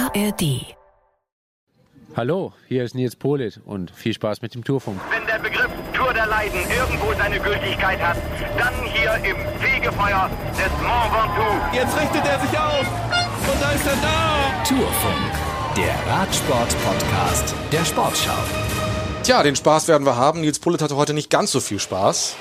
ARD. Hallo, hier ist Nils Politt und viel Spaß mit dem Tourfunk. Wenn der Begriff Tour der Leiden irgendwo seine Gültigkeit hat, dann hier im Fegefeuer des Mont Ventoux. Jetzt richtet er sich auf und da ist er da. Tourfunk, der Radsport-Podcast der Sportschau. Tja, den Spaß werden wir haben. Nils Politt hatte heute nicht ganz so viel Spaß.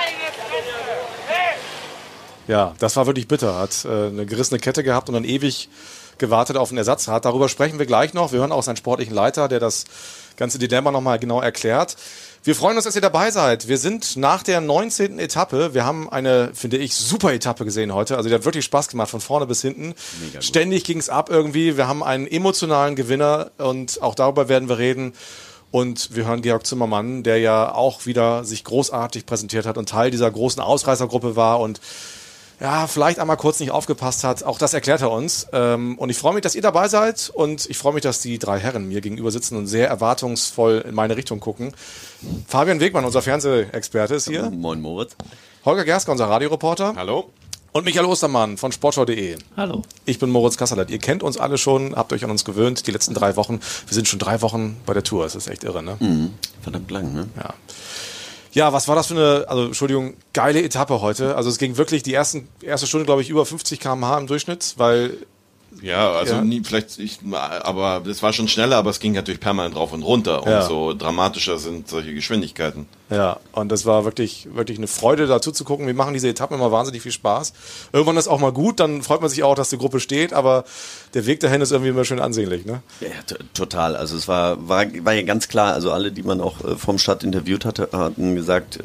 Ja, das war wirklich bitter. Hat eine gerissene Kette gehabt und dann ewig gewartet auf ein Ersatzrad. Darüber sprechen wir gleich noch. Wir hören auch seinen sportlichen Leiter, der das ganze Dilemma nochmal genau erklärt. Wir freuen uns, dass ihr dabei seid. Wir sind nach der 19. Etappe. Wir haben eine, finde ich, super Etappe gesehen heute. Also die hat wirklich Spaß gemacht, von vorne bis hinten. Ständig ging es ab irgendwie. Wir haben einen emotionalen Gewinner und auch darüber werden wir reden. Und wir hören Georg Zimmermann, der ja auch wieder sich großartig präsentiert hat und Teil dieser großen Ausreißergruppe war und ja, vielleicht einmal kurz nicht aufgepasst hat. Auch das erklärt er uns. Und ich freue mich, dass ihr dabei seid. Und ich freue mich, dass die drei Herren mir gegenüber sitzen und sehr erwartungsvoll in meine Richtung gucken. Fabian Wegmann, unser Fernsehexperte, ist hier. Moin Moritz. Holger Gersker, unser Radioreporter. Hallo. Und Michael Ostermann von sportschau.de. Hallo. Ich bin Moritz Kasserlet. Ihr kennt uns alle schon, habt euch an uns gewöhnt, die letzten 3 Wochen. Wir sind schon 3 Wochen bei der Tour. Das ist echt irre, ne? Verdammt lang, ne? Ja. Ja, was war das für eine, geile Etappe heute? Also es ging wirklich die erste Stunde, glaube ich, über 50 km/h im Durchschnitt, weil... Ja, also ja. Aber das war schon schneller, aber es ging natürlich permanent rauf und runter. Ja. Und so dramatischer sind solche Geschwindigkeiten. Ja, und das war wirklich eine Freude, dazu zu gucken. Wir machen diese Etappen immer wahnsinnig viel Spaß. Irgendwann ist auch mal gut, dann freut man sich auch, dass die Gruppe steht, aber der Weg dahin ist irgendwie immer schön ansehnlich, ne? Ja, total. Also es war ja ganz klar, also alle, die man auch vom Start interviewt hatte, hatten gesagt,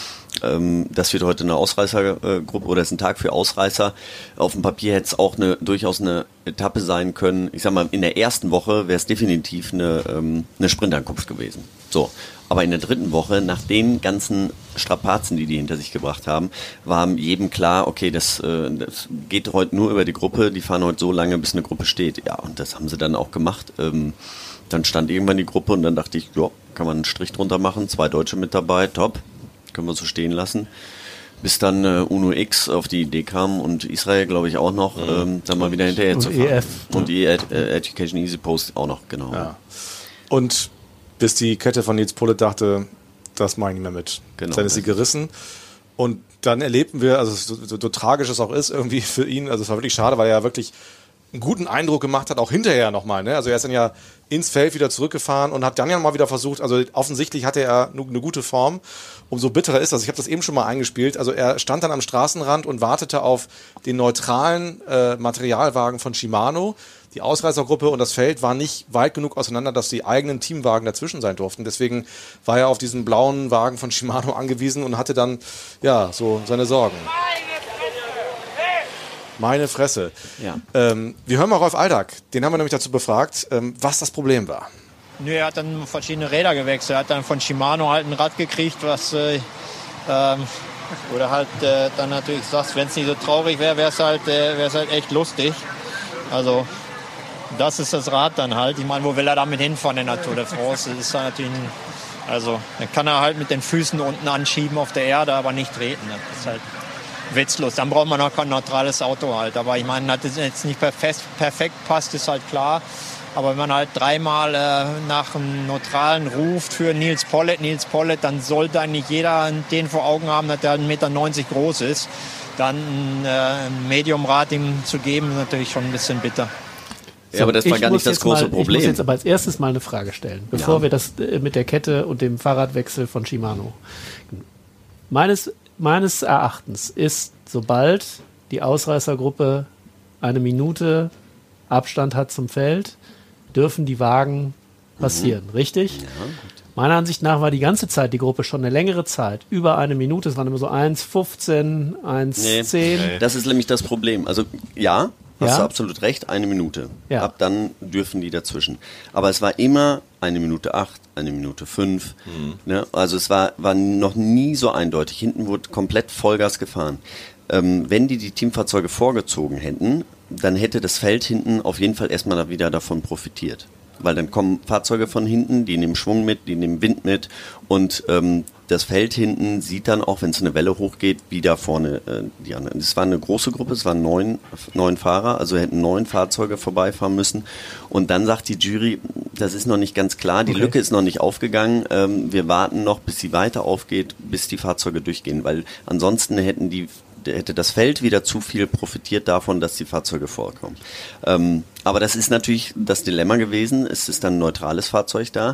das wird heute eine Ausreißergruppe oder ist ein Tag für Ausreißer. Auf dem Papier hätte es auch durchaus eine Etappe sein können. Ich sag mal, in der ersten Woche wäre es definitiv eine Sprintankunft gewesen. So. Aber in der dritten Woche, nach den ganzen Strapazen, die hinter sich gebracht haben, war jedem klar, okay, das geht heute nur über die Gruppe, die fahren heute so lange, bis eine Gruppe steht. Ja, und das haben sie dann auch gemacht. Dann stand irgendwann die Gruppe und dann dachte ich, ja, kann man einen Strich drunter machen, 2 Deutsche mit dabei, top, können wir so stehen lassen. Bis dann Uno X auf die Idee kam und Israel, glaube ich, auch noch, dann mal wieder hinterher zu fahren. EF. Und Education Easy Post auch noch, genau. Ja. Und bis die Kette von Nils Politt dachte, das mache ich nicht mehr mit. Genau. Dann ist sie gerissen. Und dann erlebten wir, also so tragisch es auch ist irgendwie für ihn, also es war wirklich schade, weil er ja wirklich einen guten Eindruck gemacht hat, auch hinterher nochmal. Ne? Also er ist dann ja ins Feld wieder zurückgefahren und hat dann ja mal wieder versucht, also offensichtlich hatte er eine gute Form. Umso bitterer ist das, ich habe das eben schon mal eingespielt, also er stand dann am Straßenrand und wartete auf den neutralen Materialwagen von Shimano. Die Ausreißergruppe und das Feld waren nicht weit genug auseinander, dass die eigenen Teamwagen dazwischen sein durften. Deswegen war er auf diesen blauen Wagen von Shimano angewiesen und hatte dann, ja, so seine Sorgen. Meine Fresse. Ja. Wir hören mal Rolf Aldag. Den haben wir nämlich dazu befragt, was das Problem war. Nö, er hat dann verschiedene Räder gewechselt. Er hat dann von Shimano halt ein Rad gekriegt, was oder halt dann natürlich sagst, wenn es nicht so traurig wäre, wäre es halt echt lustig. Also das ist das Rad dann halt. Ich meine, wo will er damit hinfahren in der Tour de France? Das ist dann natürlich dann kann er halt mit den Füßen unten anschieben auf der Erde, aber nicht treten. Das ist halt witzlos. Dann braucht man noch kein neutrales Auto halt. Aber ich meine, dass das jetzt nicht perfekt passt, ist halt klar. Aber wenn man halt 3-mal nach einem Neutralen ruft für Nils Politt, dann sollte eigentlich jeder den vor Augen haben, dass der 1,90 Meter groß ist. Dann ein Medium-Rad ihm zu geben, ist natürlich schon ein bisschen bitter. Ja, aber das war gar nicht das große Problem. Ich muss jetzt aber als erstes mal eine Frage stellen, bevor wir das mit der Kette und dem Fahrradwechsel von Shimano. Meines Erachtens ist, sobald die Ausreißergruppe 1 Minute Abstand hat zum Feld, dürfen die Wagen passieren, richtig? Ja, gut. Meiner Ansicht nach war die ganze Zeit, die Gruppe schon eine längere Zeit, über 1 Minute, es waren immer so 1,15, 1,10. Nee, das ist nämlich das Problem. Also ja, hast du absolut recht, 1 Minute. Ja. Ab dann dürfen die dazwischen. Aber es war immer 1 Minute 8, 1 Minute 5. Ne? Also es war noch nie so eindeutig. Hinten wurde komplett Vollgas gefahren. Wenn die Teamfahrzeuge vorgezogen hätten, dann hätte das Feld hinten auf jeden Fall erstmal wieder davon profitiert. weil dann kommen Fahrzeuge von hinten, die nehmen Schwung mit, die nehmen Wind mit und das Feld hinten sieht dann auch, wenn es eine Welle hochgeht, wie da vorne die anderen. Es war eine große Gruppe, es waren neun Fahrer, also hätten 9 Fahrzeuge vorbeifahren müssen. Und dann sagt die Jury, das ist noch nicht ganz klar, die Lücke ist noch nicht aufgegangen, wir warten noch, bis sie weiter aufgeht, bis die Fahrzeuge durchgehen, weil ansonsten hätte das Feld wieder zu viel profitiert davon, dass die Fahrzeuge vorkommen. Aber das ist natürlich das Dilemma gewesen, es ist dann ein neutrales Fahrzeug da,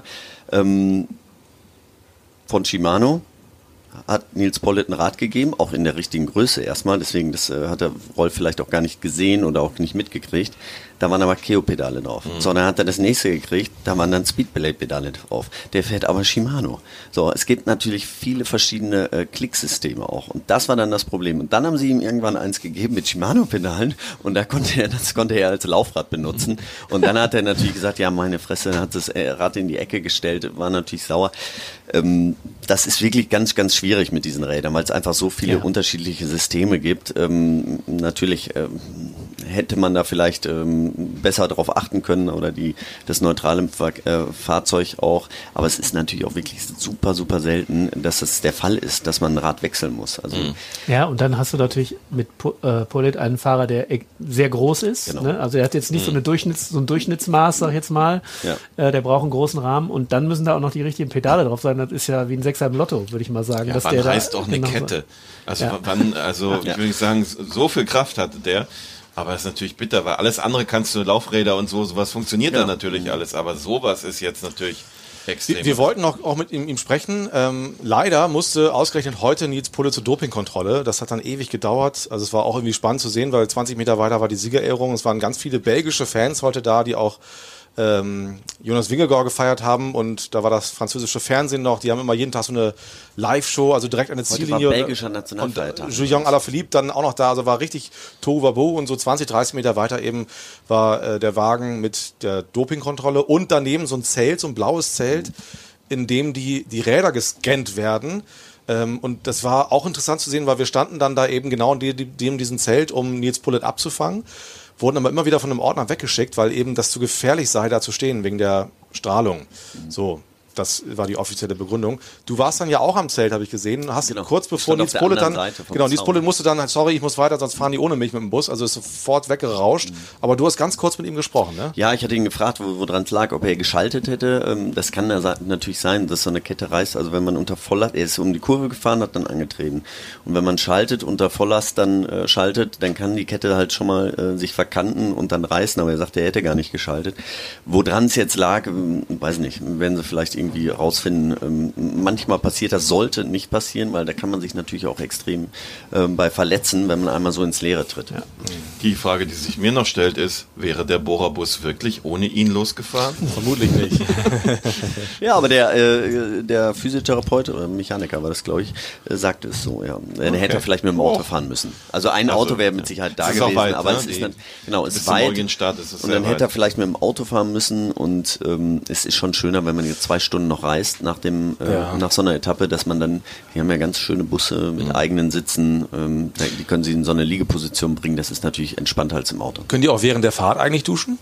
von Shimano hat Nils Politt ein Rad gegeben, auch in der richtigen Größe erstmal, deswegen das hat der Rolf vielleicht auch gar nicht gesehen oder auch nicht mitgekriegt. Da waren aber Keo-Pedale drauf. So, dann hat er das nächste gekriegt, da waren dann Speedbelay-Pedale drauf. Der fährt aber Shimano. So, es gibt natürlich viele verschiedene Klicksysteme auch. Und das war dann das Problem. Und dann haben sie ihm irgendwann eins gegeben mit Shimano-Pedalen und das konnte er als Laufrad benutzen. Und dann hat er natürlich gesagt, ja, meine Fresse, hat das Rad in die Ecke gestellt, war natürlich sauer. Das ist wirklich ganz, ganz schwierig mit diesen Rädern, weil es einfach so viele unterschiedliche Systeme gibt. Natürlich hätte man da vielleicht besser darauf achten können oder das neutrale Fahrzeug auch. Aber es ist natürlich auch wirklich super, super selten, dass das der Fall ist, dass man ein Rad wechseln muss. Also ja, und dann hast du natürlich mit Politt einen Fahrer, der sehr groß ist. Genau. Ne? Also er hat jetzt nicht so ein Durchschnittsmaß, sag ich jetzt mal. Ja. Der braucht einen großen Rahmen und dann müssen da auch noch die richtigen Pedale drauf sein. Das ist ja wie ein Sechser im Lotto, würde ich mal sagen. Ja, dass wann der reißt doch eine Kette? Also ich will nicht sagen, so viel Kraft hatte der. Aber es ist natürlich bitter, weil alles andere kannst du, Laufräder und sowas funktioniert dann natürlich alles, aber sowas ist jetzt natürlich extrem. Wir wollten auch mit ihm sprechen. Leider musste ausgerechnet heute Nils Politt zur Dopingkontrolle. Das hat dann ewig gedauert. Also es war auch irgendwie spannend zu sehen, weil 20 Meter weiter war die Siegerehrung. Es waren ganz viele belgische Fans heute da, die auch Jonas Vingegaard gefeiert haben und da war das französische Fernsehen noch, die haben immer jeden Tag so eine Live-Show, also direkt an der Ziellinie. War belgischer Nationalfeiertag. Und Julien Alaphilippe dann auch noch da, also war richtig Tohuwabohu und so 20, 30 Meter weiter eben war der Wagen mit der Dopingkontrolle und daneben so ein Zelt, so ein blaues Zelt, in dem die Räder gescannt werden. Und das war auch interessant zu sehen, weil wir standen dann da eben genau in diesem Zelt, um Nils Politt abzufangen. Wurden aber immer wieder von einem Ordner weggeschickt, weil eben das zu gefährlich sei, da zu stehen, wegen der Strahlung. So, das war die offizielle Begründung. Du warst dann ja auch am Zelt, habe ich gesehen. Hast kurz bevor Nils Politt dann, Nils Politt musste dann, sorry, ich muss weiter, sonst fahren die ohne mich mit dem Bus. Also ist sofort weggerauscht. Aber du hast ganz kurz mit ihm gesprochen, ne? Ja, ich hatte ihn gefragt, woran es lag, ob er geschaltet hätte. Das kann natürlich sein, dass so eine Kette reißt. Also wenn man unter Volllast, er ist um die Kurve gefahren, hat dann angetreten. Und wenn man schaltet, unter Volllast dann schaltet, dann kann die Kette halt schon mal sich verkanten und dann reißen. Aber er sagte, er hätte gar nicht geschaltet. Woran es jetzt lag, weiß nicht. Werden sie vielleicht irgendwie rausfinden. Manchmal passiert das, sollte nicht passieren, weil da kann man sich natürlich auch extrem bei verletzen, wenn man einmal so ins Leere tritt. Ja. Die Frage, die sich mir noch stellt, ist, wäre der Bohrerbus wirklich ohne ihn losgefahren? Vermutlich nicht. Ja, aber der Physiotherapeut oder Mechaniker war das, glaube ich, sagte es so. Ja. Er hätte vielleicht mit dem Auto fahren müssen. Also ein Auto wäre mit Sicherheit da gewesen, weit, aber ne? es ist es ist weit. Und dann hätte er vielleicht mit dem Auto fahren müssen und es ist schon schöner, wenn man jetzt 2 Stunden noch reist nach so einer Etappe, dass man dann, die haben ja ganz schöne Busse mit eigenen Sitzen, die können sie in so eine Liegeposition bringen, das ist natürlich entspannter als im Auto. Können die auch während der Fahrt eigentlich duschen?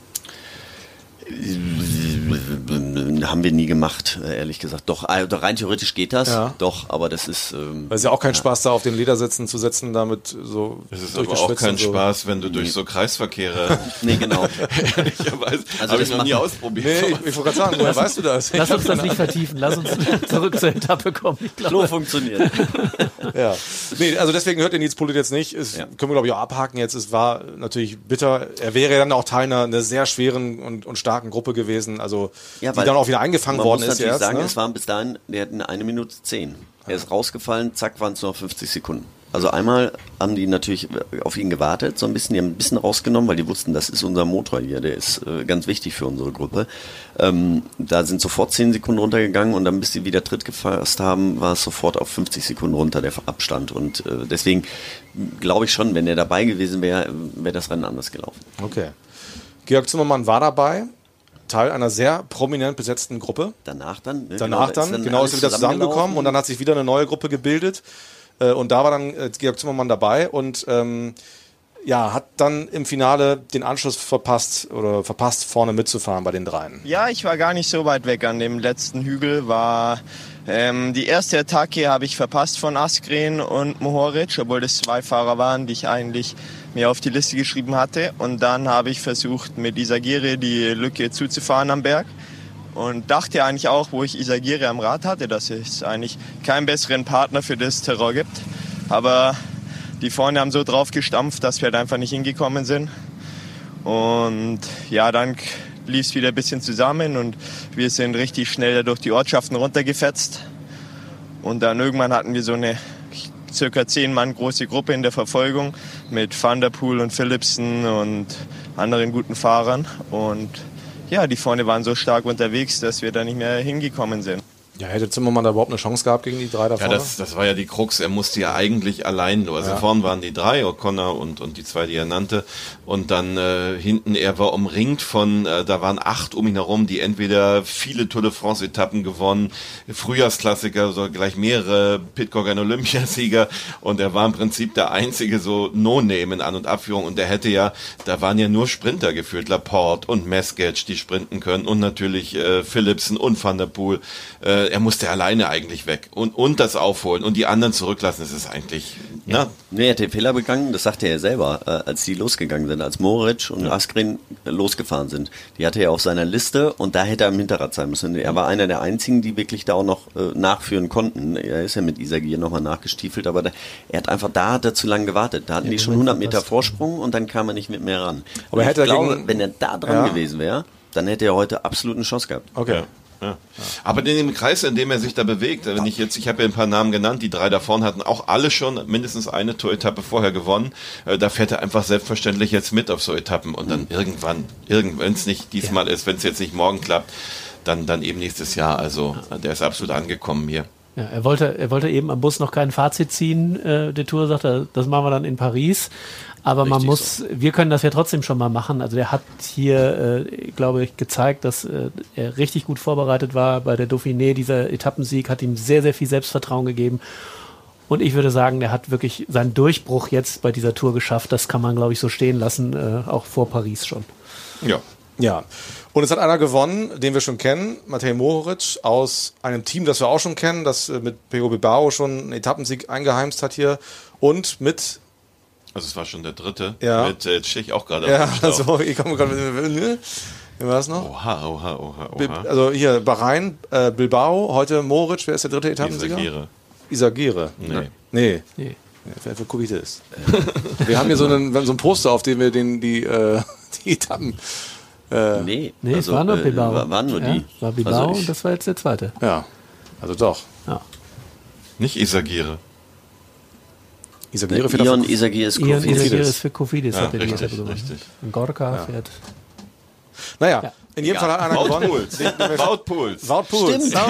Haben wir nie gemacht, ehrlich gesagt. Doch, rein theoretisch geht das, doch, aber das ist... Weil es ja auch kein Spaß, da auf den Ledersitzen zu sitzen, damit so... Es ist aber auch kein Spaß, wenn du durch so Kreisverkehre... Nee, genau. Ehrlicherweise habe ich noch nie ausprobiert. Nee, ich wollte gerade sagen, woher weißt du das? Lass uns das nicht vertiefen, lass uns zurück zur Etappe kommen. Klo funktioniert. Ja. Nee, also deswegen hört ihr Nils Politt jetzt nicht. Können wir, glaube ich, auch abhaken jetzt. Es war natürlich bitter. Er wäre dann auch Teil einer sehr schweren und starken Gruppe gewesen, also die dann auch wieder eingefangen worden ist. Man muss natürlich sagen, es waren bis dahin, der hatten 1 Minute 10. Er ist rausgefallen, zack, waren es noch 50 Sekunden. Also einmal haben die natürlich auf ihn gewartet, so ein bisschen, die haben ein bisschen rausgenommen, weil die wussten, das ist unser Motor hier, der ist ganz wichtig für unsere Gruppe. Da sind sofort 10 Sekunden runtergegangen und dann, bis sie wieder Tritt gefasst haben, war es sofort auf 50 Sekunden runter, der Abstand. Und deswegen glaube ich schon, wenn er dabei gewesen wäre, wäre das Rennen anders gelaufen. Okay. Georg Zimmermann war dabei, Teil einer sehr prominent besetzten Gruppe. Danach dann, ist er wieder zusammengekommen und dann hat sich wieder eine neue Gruppe gebildet und da war dann Georg Zimmermann dabei und hat dann im Finale den Anschluss verpasst, vorne mitzufahren bei den Dreien. Ja, ich war gar nicht so weit weg an dem letzten Hügel. Die erste Attacke habe ich verpasst von Askren und Mohoric, obwohl das 2 Fahrer waren, die ich eigentlich mir auf die Liste geschrieben hatte. Und dann habe ich versucht, mit Izagirre die Lücke zuzufahren am Berg. Und dachte eigentlich auch, wo ich Izagirre am Rad hatte, dass es eigentlich keinen besseren Partner für das Terrain gibt. Aber die vorne haben so drauf gestampft, dass wir halt einfach nicht hingekommen sind. Und ja, dann lief es wieder ein bisschen zusammen und wir sind richtig schnell durch die Ortschaften runtergefetzt. Und dann irgendwann hatten wir so eine circa 10 Mann große Gruppe in der Verfolgung mit Van der Poel und Philipsen und anderen guten Fahrern. Und ja, die vorne waren so stark unterwegs, dass wir da nicht mehr hingekommen sind. Ja, hätte Zimmermann da überhaupt eine Chance gehabt gegen die 3 da vorne? Ja, das war ja die Krux. Er musste ja eigentlich allein los. Also vorne waren die 3, O'Connor und die 2, die er nannte. Und dann hinten, er war umringt von, da waren 8 um ihn herum, die entweder viele Tour de France-Etappen gewonnen, Frühjahrsklassiker, so gleich mehrere Pidcock-Olympiasieger. Und er war im Prinzip der einzige so No-Name in An- und Abführung. Und der hätte ja, da waren ja nur Sprinter geführt, Laporte und Mesgetch, die sprinten können. Und natürlich Philipsen und Van der Poel. Er musste alleine eigentlich weg und das aufholen und die anderen zurücklassen. Das ist eigentlich... Ja. Nee, er hat den Fehler begangen, das sagte er selber, als die losgegangen sind, als Mohoric und Askren losgefahren sind. Die hatte er auf seiner Liste und da hätte er im Hinterrad sein müssen. Er war einer der einzigen, die wirklich da auch noch nachführen konnten. Er ist ja mit Izagirre nochmal nachgestiefelt, aber er hat einfach, da hat er zu lange gewartet. Da hatten die schon 100 Meter Vorsprung und dann kam er nicht mit mehr ran. Aber ich glaube, wenn er da dran gewesen wäre, dann hätte er heute absolut eine Chance gehabt. Okay. Ja. Aber in dem Kreis, in dem er sich da bewegt, wenn ich habe ja ein paar Namen genannt, die 3 da vorne hatten auch alle schon mindestens eine Tour-Etappe vorher gewonnen. Da fährt er einfach selbstverständlich jetzt mit auf so Etappen und dann irgendwann, wenn es nicht diesmal ist, wenn es jetzt nicht morgen klappt, dann eben nächstes Jahr. Also der ist absolut angekommen hier. Ja, er wollte eben am Bus noch kein Fazit ziehen, der Tour, sagt er, das machen wir dann in Paris. Aber wir können das ja trotzdem schon mal machen. Also der hat hier, glaube ich, gezeigt, dass er richtig gut vorbereitet war bei der Dauphiné. Dieser Etappensieg hat ihm sehr, sehr viel Selbstvertrauen gegeben. Und ich würde sagen, der hat wirklich seinen Durchbruch jetzt bei dieser Tour geschafft. Das kann man, glaube ich, so stehen lassen, auch vor Paris schon. Ja. Und es hat einer gewonnen, den wir schon kennen, Matej Mohoric, aus einem Team, das wir auch schon kennen, das mit Pello Bilbao schon einen Etappensieg eingeheimst hat hier. Und mit... Also es war schon der 3. Ja. Mit stehe ich auch gerade auf dem Schlauch. Ich komme gerade mit... Wie war das noch? Oha. Also hier Bahrain, Bilbao, heute Mohoric. Wer ist der 3. Etappensieger? Izagirre. Nee. Wer für Kubite ist. Wir haben hier so ein Poster, auf dem wir die Etappen... es war nur Bilbao. Waren nur die. War Bilbao und das war jetzt der 2. Ja, also doch. Ja. Nicht Izagirre. Izagirre ist für Kofidis. Ja, richtig. Und Gorka fährt... Naja, in jedem Fall hat einer gewonnen. Wout Poels. Stimmt.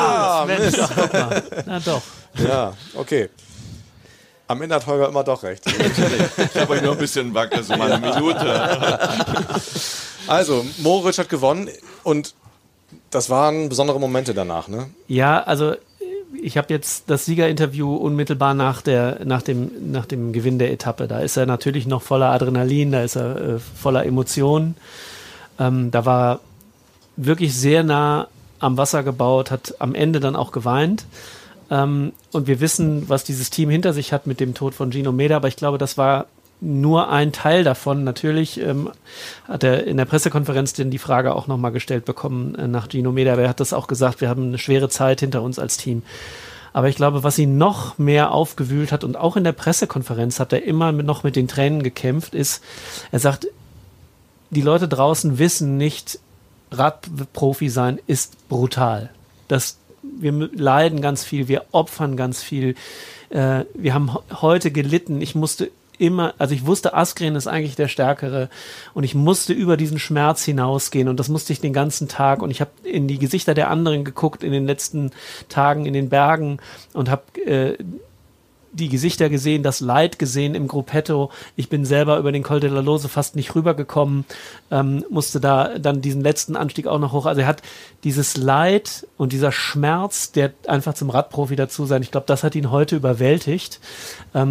Na doch. Ja, okay. Am Ende hat Holger immer doch recht. Ich habe euch noch ein bisschen wackelt, so mal eine Minute. Also, Mohoric hat gewonnen und das waren besondere Momente danach, ne? Ja, also ich habe jetzt das Siegerinterview unmittelbar nach dem Gewinn der Etappe. Da ist er natürlich noch voller Adrenalin, da ist er voller Emotionen. Da war er wirklich sehr nah am Wasser gebaut, hat am Ende dann auch geweint. Und wir wissen, was dieses Team hinter sich hat mit dem Tod von Gino Mäder, aber ich glaube, das war nur ein Teil davon. Natürlich hat er in der Pressekonferenz denn die Frage auch nochmal gestellt bekommen nach Gino Mäder. Er hat das auch gesagt, wir haben eine schwere Zeit hinter uns als Team. Aber ich glaube, was ihn noch mehr aufgewühlt hat und auch in der Pressekonferenz hat er immer noch mit den Tränen gekämpft, ist, er sagt, die Leute draußen wissen nicht, Radprofi sein ist brutal. Wir leiden ganz viel, wir opfern ganz viel. Wir haben heute gelitten. Ich wusste, Askren ist eigentlich der Stärkere und ich musste über diesen Schmerz hinausgehen und das musste ich den ganzen Tag und ich habe in die Gesichter der anderen geguckt in den letzten Tagen in den Bergen und habe die Gesichter gesehen, das Leid gesehen im Gruppetto. Ich bin selber über den Col de la Loze fast nicht rübergekommen, musste da dann diesen letzten Anstieg auch noch hoch. Also er hat dieses Leid und dieser Schmerz, der einfach zum Radprofi dazu sein, ich glaube, das hat ihn heute überwältigt.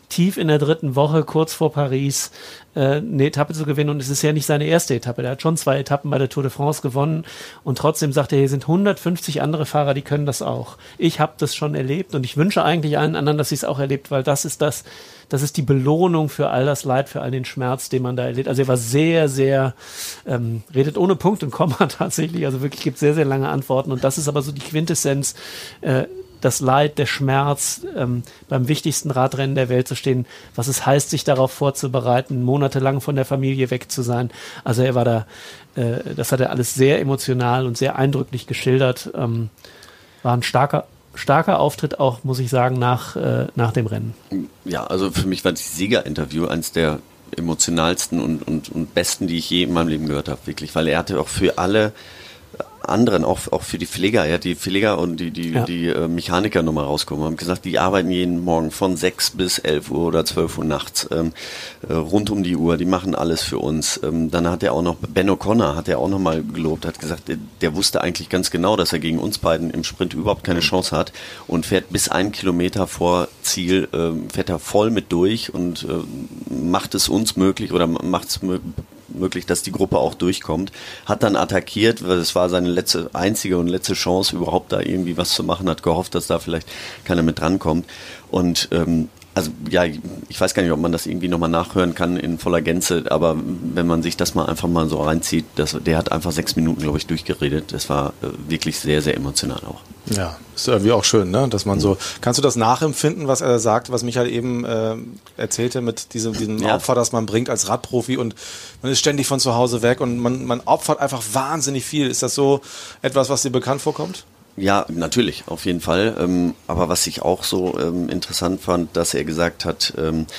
tief in der 3. Woche, kurz vor Paris, eine Etappe zu gewinnen. Und es ist ja nicht seine erste Etappe. Der hat schon 2 Etappen bei der Tour de France gewonnen. Und trotzdem sagt er, hier sind 150 andere Fahrer, die können das auch. Ich habe das schon erlebt und ich wünsche eigentlich allen anderen, dass sie es auch erlebt, weil das ist die Belohnung für all das Leid, für all den Schmerz, den man da erlebt. Also er war sehr, sehr, redet ohne Punkt und Komma tatsächlich. Also wirklich gibt sehr, sehr lange Antworten. Und das ist aber so die Quintessenz, das Leid, der Schmerz, beim wichtigsten Radrennen der Welt zu stehen, was es heißt, sich darauf vorzubereiten, monatelang von der Familie weg zu sein. Also er war da, das hat er alles sehr emotional und sehr eindrücklich geschildert. War ein starker Auftritt auch, muss ich sagen, nach dem Rennen. Ja, also für mich war das Sieger-Interview eines der emotionalsten und besten, die ich je in meinem Leben gehört habe, wirklich, weil er hatte auch für alle anderen, auch für die Pfleger, er hat die Pfleger und die Mechaniker nochmal rausgekommen, haben gesagt, die arbeiten jeden Morgen von 6 bis 11 Uhr oder 12 Uhr nachts, rund um die Uhr, die machen alles für uns. Dann hat er auch noch, Ben O'Connor hat er auch nochmal gelobt, hat gesagt, der wusste eigentlich ganz genau, dass er gegen uns beiden im Sprint überhaupt keine Chance hat und fährt bis 1 Kilometer vor Ziel, fährt er voll mit durch und macht es uns möglich oder macht es möglich, dass die Gruppe auch durchkommt, hat dann attackiert, weil es war seine einzige und letzte Chance, überhaupt da irgendwie was zu machen, hat gehofft, dass da vielleicht keiner mit drankommt und also ja, ich weiß gar nicht, ob man das irgendwie nochmal nachhören kann in voller Gänze, aber wenn man sich das mal einfach mal so reinzieht, der hat einfach 6 Minuten, glaube ich, durchgeredet. Das war wirklich sehr, sehr emotional auch. Ja, ist irgendwie auch schön, ne? Dass man so, kannst du das nachempfinden, was er sagt, was Michael eben erzählte mit diesem Opfer, das man bringt als Radprofi und man ist ständig von zu Hause weg und man opfert einfach wahnsinnig viel. Ist das so etwas, was dir bekannt vorkommt? Ja, natürlich, auf jeden Fall. Aber was ich auch so interessant fand, dass er gesagt hat,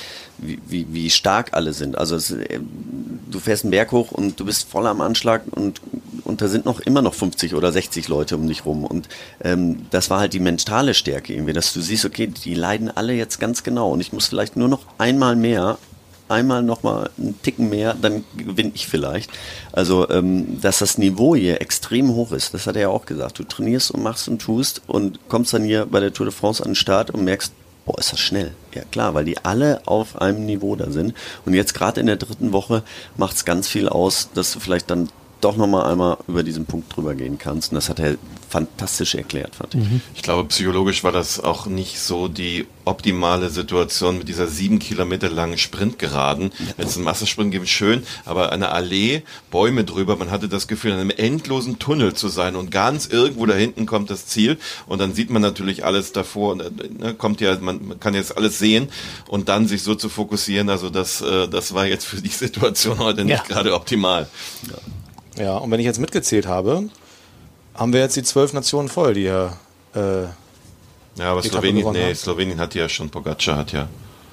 wie stark alle sind. Also du fährst einen Berg hoch und du bist voll am Anschlag und da sind immer noch 50 oder 60 Leute um dich rum. Und das war halt die mentale Stärke irgendwie, dass du siehst, okay, die leiden alle jetzt ganz genau und ich muss vielleicht nur noch einmal nochmal einen Ticken mehr, dann gewinne ich vielleicht. Also, dass das Niveau hier extrem hoch ist, das hat er ja auch gesagt. Du trainierst und machst und tust und kommst dann hier bei der Tour de France an den Start und merkst, boah, ist das schnell. Ja klar, weil die alle auf einem Niveau da sind. Und jetzt gerade in der 3. Woche macht es ganz viel aus, dass du vielleicht dann doch nochmal einmal über diesen Punkt drüber gehen kannst. Und das hat er fantastisch erklärt, fand ich. Ich glaube, psychologisch war das auch nicht so die optimale Situation mit dieser 7 Kilometer langen Sprintgeraden. Wenn es einen Massensprint gibt, schön, aber eine Allee, Bäume drüber, man hatte das Gefühl, in einem endlosen Tunnel zu sein und ganz irgendwo da hinten kommt das Ziel und dann sieht man natürlich alles davor und man kann jetzt alles sehen und dann sich so zu fokussieren, also das war jetzt für die Situation heute nicht gerade optimal. Ja, und wenn ich jetzt mitgezählt habe, haben wir jetzt die 12 Nationen voll, die ja ja, aber Slowenien hat ja schon, Pogacar hat ja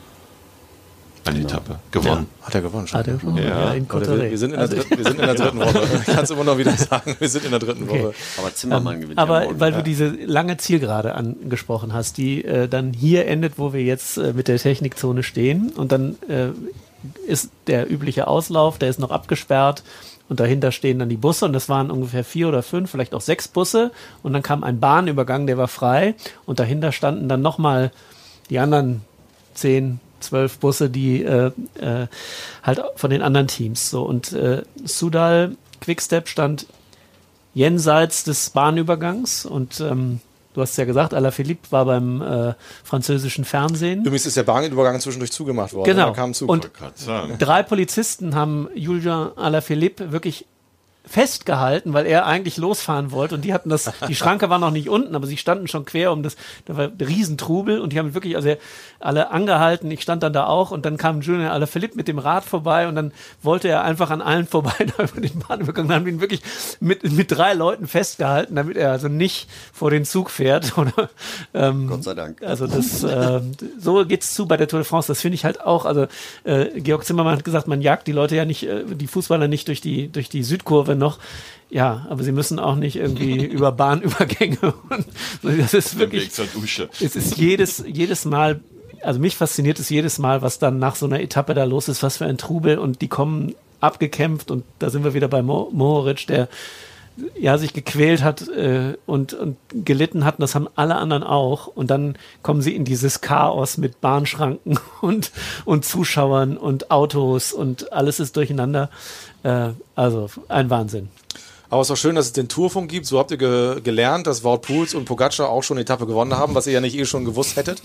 eine Etappe gewonnen. Ja, hat er gewonnen schon? Hat er schon. Ja. Wir sind in der 3. Woche. Ich kann es immer noch wieder sagen, wir sind in der 3. Woche. Aber Zimmermann gewinnt aber ja morgen. weil du diese lange Zielgerade angesprochen hast, die dann hier endet, wo wir jetzt mit der Technikzone stehen und dann ist der übliche Auslauf, der ist noch abgesperrt. Und dahinter stehen dann die Busse und das waren ungefähr 4 oder 5, vielleicht auch 6 Busse und dann kam ein Bahnübergang, der war frei und dahinter standen dann nochmal die anderen 10, 12 Busse, die halt von den anderen Teams. So und Soudal Quickstep stand jenseits des Bahnübergangs und du hast ja gesagt, Alaphilippe war beim französischen Fernsehen. Übrigens ist der Bahnübergang zwischendurch zugemacht worden. Genau. Da kam ein Zug. Und 3 Polizisten haben Julien Alaphilippe wirklich festgehalten, weil er eigentlich losfahren wollte und die hatten die Schranke war noch nicht unten, aber sie standen schon quer da war Riesentrubel und die haben wirklich alle angehalten, ich stand dann da auch und dann kam Julien Alaphilippe mit dem Rad vorbei und dann wollte er einfach an allen vorbei da über den Bahnübergang, dann haben wir ihn wirklich mit 3 Leuten festgehalten, damit er also nicht vor den Zug fährt. Oder, Gott sei Dank. Also so geht's zu bei der Tour de France, das finde ich halt auch, also Georg Zimmermann hat gesagt, man jagt die Leute ja nicht, die Fußballer nicht durch die Südkurve noch. Ja, aber sie müssen auch nicht irgendwie über Bahnübergänge. Das ist wirklich. Es ist jedes Mal. Also mich fasziniert es jedes Mal, was dann nach so einer Etappe da los ist, was für ein Trubel und die kommen abgekämpft und da sind wir wieder bei Mohoric, der sich gequält hat und gelitten hat. Und das haben alle anderen auch. Und dann kommen sie in dieses Chaos mit Bahnschranken und Zuschauern und Autos und alles ist durcheinander. Also ein Wahnsinn. Aber es ist auch schön, dass es den Tourfunk gibt. So habt ihr gelernt, dass Wout Poels und Pogacar auch schon eine Etappe gewonnen haben, was ihr ja nicht schon gewusst hättet.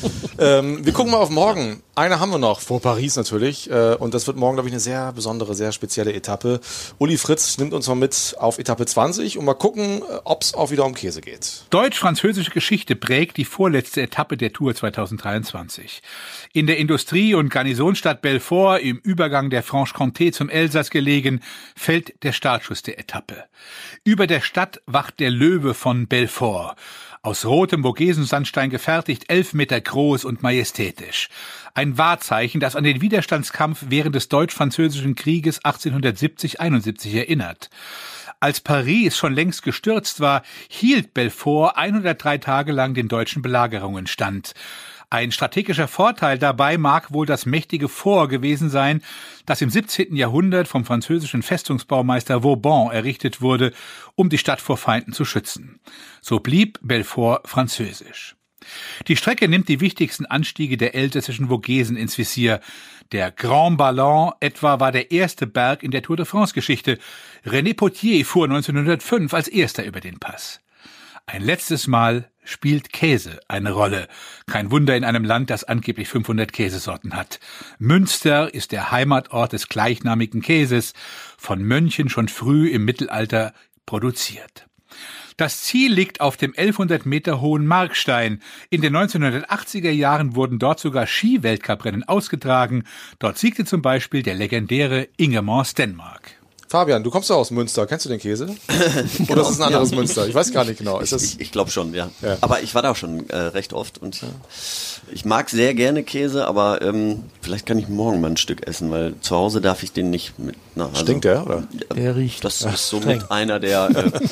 Wir gucken mal auf morgen. Eine haben wir noch, vor Paris natürlich. Und das wird morgen, glaube ich, eine sehr besondere, sehr spezielle Etappe. Uli Fritz nimmt uns mal mit auf Etappe 20 und mal gucken, ob es auch wieder um Käse geht. Deutsch-französische Geschichte prägt die vorletzte Etappe der Tour 2023. In der Industrie- und Garnisonsstadt Belfort, im Übergang der Franche-Comté zum Elsass gelegen, fällt der Startschuss der Etappe. Über der Stadt wacht der Löwe von Belfort. Aus rotem Vogesen-Sandstein gefertigt, 11 Meter groß und majestätisch. Ein Wahrzeichen, das an den Widerstandskampf während des Deutsch-Französischen Krieges 1870-71 erinnert. Als Paris schon längst gestürzt war, hielt Belfort 103 Tage lang den deutschen Belagerungen stand. Ein strategischer Vorteil dabei mag wohl das mächtige Fort gewesen sein, das im 17. Jahrhundert vom französischen Festungsbaumeister Vauban errichtet wurde, um die Stadt vor Feinden zu schützen. So blieb Belfort französisch. Die Strecke nimmt die wichtigsten Anstiege der elsässischen Vogesen ins Visier. Der Grand Ballon etwa war der erste Berg in der Tour de France-Geschichte. René Potier fuhr 1905 als erster über den Pass. Ein letztes Mal spielt Käse eine Rolle. Kein Wunder in einem Land, das angeblich 500 Käsesorten hat. Münster ist der Heimatort des gleichnamigen Käses, von Mönchen schon früh im Mittelalter produziert. Das Ziel liegt auf dem 1100 Meter hohen Markstein. In den 1980er Jahren wurden dort sogar Ski-Weltcuprennen ausgetragen. Dort siegte zum Beispiel der legendäre Ingemar Stenmark. Fabian, du kommst ja aus Münster. Kennst du den Käse? Oder ist es ein anderes Münster? Ich weiß gar nicht genau. Ist das ich glaube schon, ja. Aber ich war da auch schon recht oft und ich mag sehr gerne Käse, aber vielleicht kann ich morgen mal ein Stück essen, weil zu Hause darf ich den nicht mit. Stinkt der, oder? Der riecht. Das ist somit einer der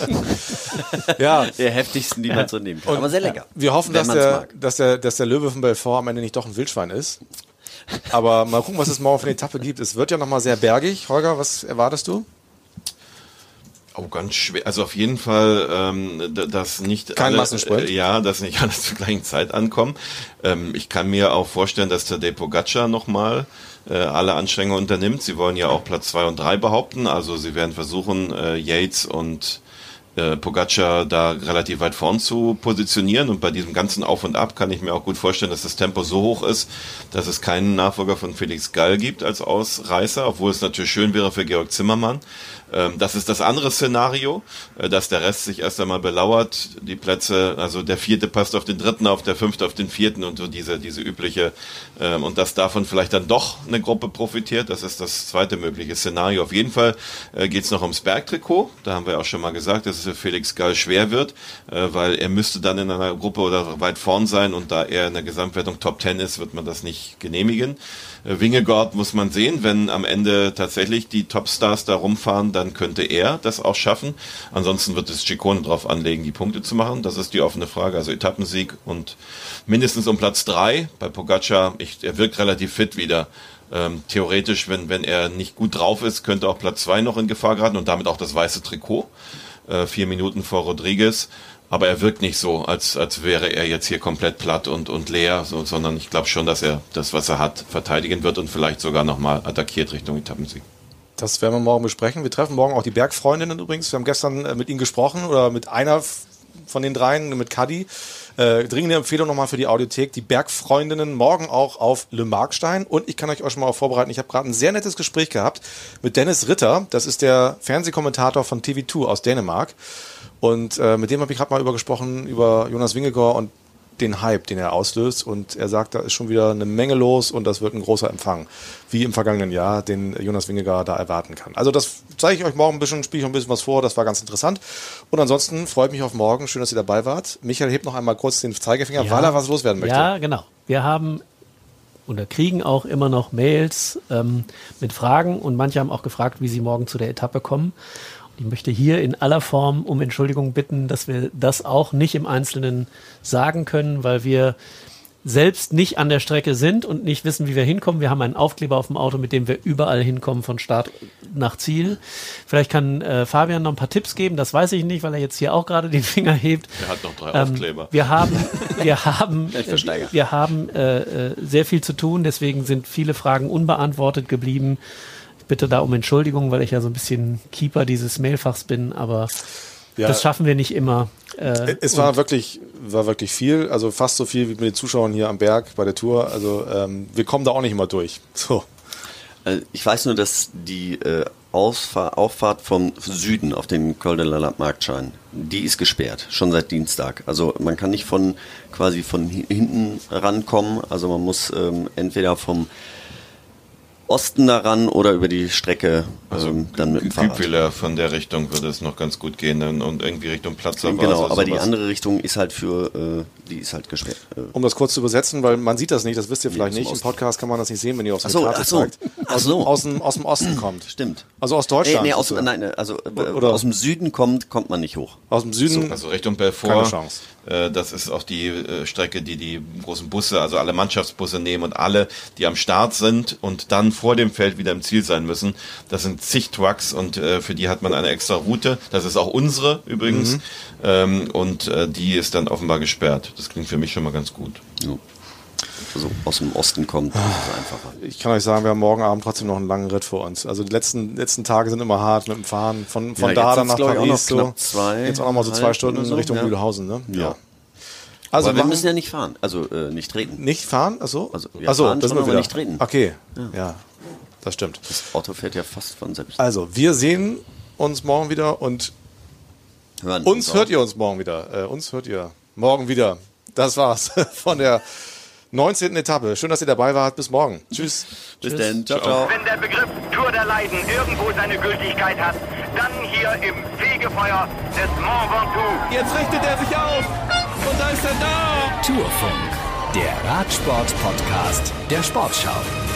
der heftigsten, die man so nehmen kann. Aber sehr lecker. Wir hoffen, dass der Löwe von Belfort am Ende nicht doch ein Wildschwein ist. Aber mal gucken, was es morgen für eine Etappe gibt. Es wird ja nochmal sehr bergig. Holger, was erwartest du? Oh, ganz schwer. Also auf jeden Fall, dass nicht kein Massensprint. Dass nicht alle zur gleichen Zeit ankommen. Ich kann mir auch vorstellen, dass Tadej Pogacar nochmal alle Anstrengungen unternimmt. Sie wollen ja auch Platz 2 und 3 behaupten. Also sie werden versuchen, Yates und Pogacar da relativ weit vorn zu positionieren, und bei diesem ganzen Auf und Ab kann ich mir auch gut vorstellen, dass das Tempo so hoch ist, dass es keinen Nachfolger von Felix Gall gibt als Ausreißer, obwohl es natürlich schön wäre für Georg Zimmermann. Das ist das andere Szenario, dass der Rest sich erst einmal belauert, die Plätze, also der 4. passt auf den 3., auf der 5. auf den 4. und so diese übliche, und dass davon vielleicht dann doch eine Gruppe profitiert, das ist das zweite mögliche Szenario. Auf jeden Fall geht's noch ums Bergtrikot, da haben wir auch schon mal gesagt, dass es für Felix Gall schwer wird, weil er müsste dann in einer Gruppe oder weit vorn sein, und da er in der Gesamtwertung Top 10 ist, wird man das nicht genehmigen. Vingegaard muss man sehen, wenn am Ende tatsächlich die Topstars da rumfahren, dann könnte er das auch schaffen. Ansonsten wird es Ciccone drauf anlegen, die Punkte zu machen. Das ist die offene Frage. Also Etappensieg und mindestens um Platz 3. Bei Pogacar, er wirkt relativ fit wieder. Theoretisch, wenn er nicht gut drauf ist, könnte auch Platz 2 noch in Gefahr geraten und damit auch das weiße Trikot. 4 Minuten vor Rodriguez. Aber er wirkt nicht so, als wäre er jetzt hier komplett platt und leer, sondern ich glaube schon, dass er das, was er hat, verteidigen wird und vielleicht sogar nochmal attackiert Richtung Etappensieg. Das werden wir morgen besprechen. Wir treffen morgen auch die Bergfreundinnen übrigens. Wir haben gestern mit ihnen gesprochen, oder mit einer von den dreien, mit Kadi. Dringende Empfehlung nochmal für die Audiothek. Die Bergfreundinnen morgen auch auf Le Markstein. Und ich kann euch auch schon mal vorbereiten, ich habe gerade ein sehr nettes Gespräch gehabt mit Dennis Ritter. Das ist der Fernsehkommentator von TV2 aus Dänemark. Und mit dem habe ich gerade mal gesprochen, über Jonas Vingegaard und den Hype, den er auslöst. Und er sagt, da ist schon wieder eine Menge los und das wird ein großer Empfang, wie im vergangenen Jahr, den Jonas Vingegaard da erwarten kann. Also das zeige ich euch morgen ein bisschen, spiele ich euch ein bisschen was vor, das war ganz interessant. Und ansonsten freue ich mich auf morgen, schön, dass ihr dabei wart. Michael hebt noch einmal kurz den Zeigefinger, weil er was loswerden möchte. Ja, genau. Wir haben oder kriegen auch immer noch Mails mit Fragen, und manche haben auch gefragt, wie sie morgen zu der Etappe kommen. Ich möchte hier in aller Form um Entschuldigung bitten, dass wir das auch nicht im Einzelnen sagen können, weil wir selbst nicht an der Strecke sind und nicht wissen, wie wir hinkommen. Wir haben einen Aufkleber auf dem Auto, mit dem wir überall hinkommen, von Start nach Ziel. Vielleicht kann Fabian noch ein paar Tipps geben, das weiß ich nicht, weil er jetzt hier auch gerade den Finger hebt. Er hat noch 3 Aufkleber. Wir haben sehr viel zu tun, deswegen sind viele Fragen unbeantwortet geblieben. Ich bitte da um Entschuldigung, weil ich ja so ein bisschen Keeper dieses Mailfachs bin, aber das schaffen wir nicht immer. Es war wirklich viel, also fast so viel wie mit den Zuschauern hier am Berg bei der Tour. Also wir kommen da auch nicht immer durch. So. Ich weiß nur, dass die Auffahrt vom Süden auf den Col de la Marktschein, die ist gesperrt, schon seit Dienstag. Also man kann nicht von hinten rankommen, also man muss entweder vom Osten daran oder über die Strecke dann mit dem Fahrrad. Kübwiller von der Richtung würde es noch ganz gut gehen und irgendwie Richtung Platzer. Genau, aber die andere Richtung ist halt die ist halt gesperrt. Um das kurz zu übersetzen, weil man sieht das nicht, das wisst ihr vielleicht nicht. Im Podcast kann man das nicht sehen, wenn ihr auf so eine Karte zeigt. Aus dem Osten kommt. Stimmt. Also aus Deutschland. Aus dem Süden kommt man nicht hoch. Aus dem Süden. Also Richtung Belfort. Keine Chance. Das ist auch die Strecke, die großen Busse, also alle Mannschaftsbusse nehmen und alle, die am Start sind und dann vor dem Feld wieder im Ziel sein müssen. Das sind zig Trucks und für die hat man eine extra Route. Das ist auch unsere übrigens. Und die ist dann offenbar gesperrt. Das klingt für mich schon mal ganz gut. Ja. Also aus dem Osten kommt, das ist einfacher. Ich kann euch sagen, wir haben morgen Abend trotzdem noch einen langen Ritt vor uns. Also die letzten Tage sind immer hart mit dem Fahren von da dann nach Paris. Jetzt auch noch mal so 2 Stunden in Richtung Mühlhausen. Ne? Ja. Also wir müssen ja nicht fahren, also nicht treten. Nicht fahren? Achso, fahren das schon, aber nicht treten. Okay, ja, das stimmt. Das Auto fährt ja fast von selbst. Also wir sehen uns morgen wieder und uns hört ihr uns morgen wieder. Uns hört ihr morgen wieder. Das war's von der 19. Etappe. Schön, dass ihr dabei wart. Bis morgen. Tschüss. Bis dann. Ciao. Wenn der Begriff Tour der Leiden irgendwo seine Gültigkeit hat, dann hier im Fegefeuer des Mont Ventoux. Jetzt richtet er sich auf und da ist er da. Tourfunk, der Radsport-Podcast der Sportschau.